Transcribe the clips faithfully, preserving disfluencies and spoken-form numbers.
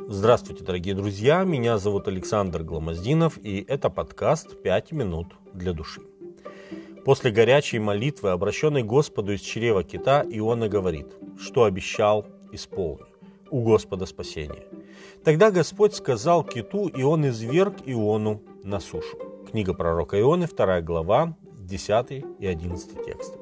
Здравствуйте, дорогие друзья, меня зовут Александр Гломоздинов, и это подкаст «пять минут для души». После горячей молитвы, обращенной Господу из чрева кита, Иона говорит: «Что обещал, исполню, у Господа спасение». Тогда Господь сказал киту, и он изверг Иону на сушу. Книга пророка Ионы, вторая глава, десятый и одиннадцатый тексты.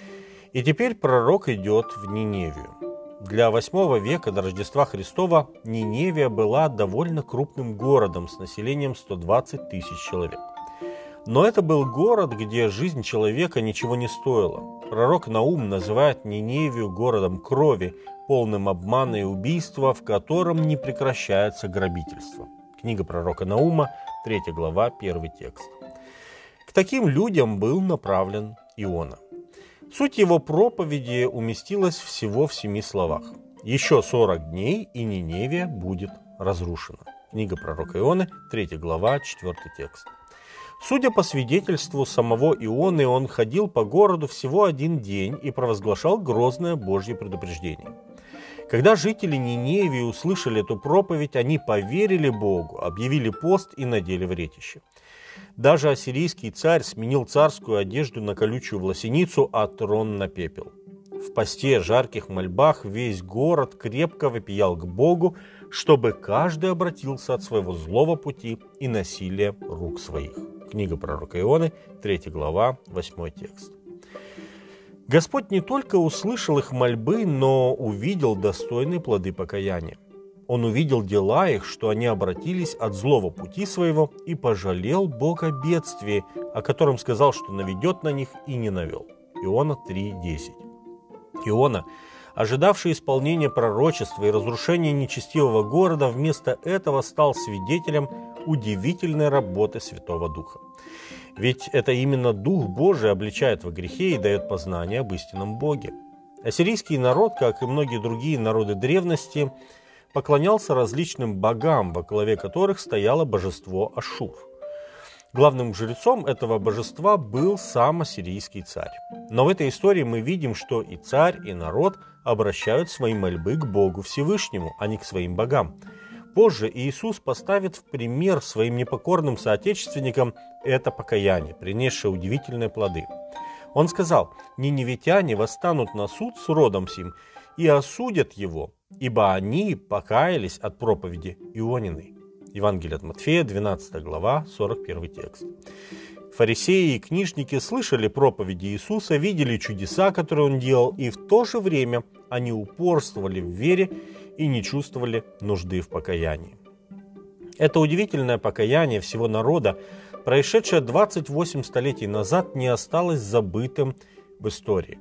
И теперь пророк идет в Ниневию. Для восьмого века до Рождества Христова Ниневия была довольно крупным городом с населением сто двадцать тысяч человек. Но это был город, где жизнь человека ничего не стоила. Пророк Наум называет Ниневию городом крови, полным обмана и убийства, в котором не прекращается грабительство. Книга пророка Наума, третья глава, первый текст. К таким людям был направлен Иона. Суть его проповеди уместилась всего в семи словах. «Еще сорок дней, и Ниневия будет разрушена». Книга пророка Ионы, третья глава, четвертый текст. Судя по свидетельству самого Ионы, он ходил по городу всего один день и провозглашал грозное Божье предупреждение. Когда жители Ниневии услышали эту проповедь, они поверили Богу, объявили пост и надели вретище. Даже ассирийский царь сменил царскую одежду на колючую власеницу, а трон на пепел. В посте, жарких мольбах весь город крепко вопиял к Богу, чтобы каждый обратился от своего злого пути и насилия рук своих. Книга пророка Ионы, третья глава, восьмой текст. Господь не только услышал их мольбы, но увидел достойные плоды покаяния. Он увидел дела их, что они обратились от злого пути своего, и пожалел Бог о бедствии, о котором сказал, что наведет на них, и не навел. Иона три десять. Иона, ожидавший исполнения пророчества и разрушения нечестивого города, вместо этого стал свидетелем удивительной работы Святого Духа. Ведь это именно Дух Божий обличает во грехе и дает познание об истинном Боге. Ассирийский народ, как и многие другие народы древности, поклонялся различным богам, во главе которых стояло божество Ашур. Главным жрецом этого божества был сам ассирийский царь. Но в этой истории мы видим, что и царь, и народ обращают свои мольбы к Богу Всевышнему, а не к своим богам. Позже Иисус поставит в пример своим непокорным соотечественникам это покаяние, принесшее удивительные плоды. Он сказал: «Ниневитяне восстанут на суд с родом сим и осудят его, ибо они покаялись от проповеди Иониной». Евангелие от Матфея, двенадцатая глава, сорок первый текст. Фарисеи и книжники слышали проповеди Иисуса, видели чудеса, которые Он делал, и в то же время они упорствовали в вере и не чувствовали нужды в покаянии. Это удивительное покаяние всего народа, происшедшее двадцать восемь столетий назад, не осталось забытым в истории.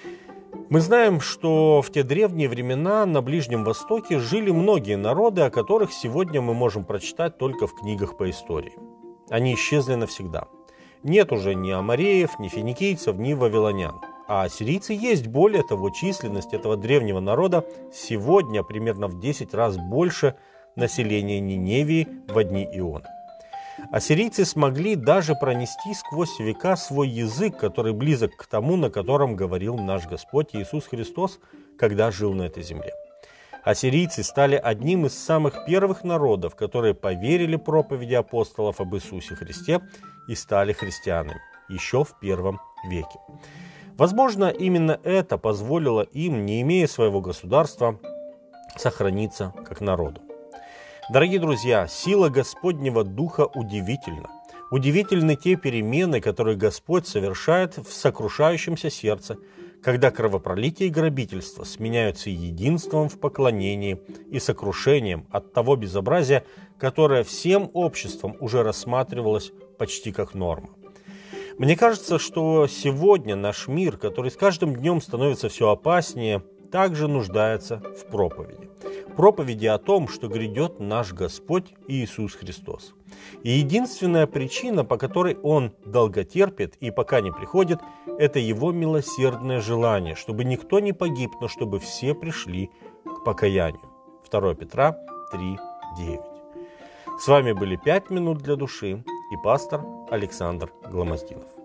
Мы знаем, что в те древние времена на Ближнем Востоке жили многие народы, о которых сегодня мы можем прочитать только в книгах по истории. Они исчезли навсегда. Нет уже ни амореев, ни финикийцев, ни вавилонян. А ассирийцы есть. Более того, численность этого древнего народа сегодня примерно в десять раз больше населения Ниневии в дни Ионы. Ассирийцы смогли даже пронести сквозь века свой язык, который близок к тому, на котором говорил наш Господь Иисус Христос, когда жил на этой земле. Ассирийцы стали одним из самых первых народов, которые поверили проповеди апостолов об Иисусе Христе и стали христианами еще в первом веке. Возможно, именно это позволило им, не имея своего государства, сохраниться как народу. Дорогие друзья, сила Господнего Духа удивительна. Удивительны те перемены, которые Господь совершает в сокрушающемся сердце, когда кровопролитие и грабительство сменяются единством в поклонении и сокрушением от того безобразия, которое всем обществом уже рассматривалось почти как норма. Мне кажется, что сегодня наш мир, который с каждым днем становится все опаснее, также нуждается в проповеди. Проповеди о том, что грядет наш Господь Иисус Христос. И единственная причина, по которой Он долготерпит и пока не приходит, это Его милосердное желание, чтобы никто не погиб, но чтобы все пришли к покаянию. второе Петра три девять. С вами были «пять минут для души» и пастор Александр Гломоздинов.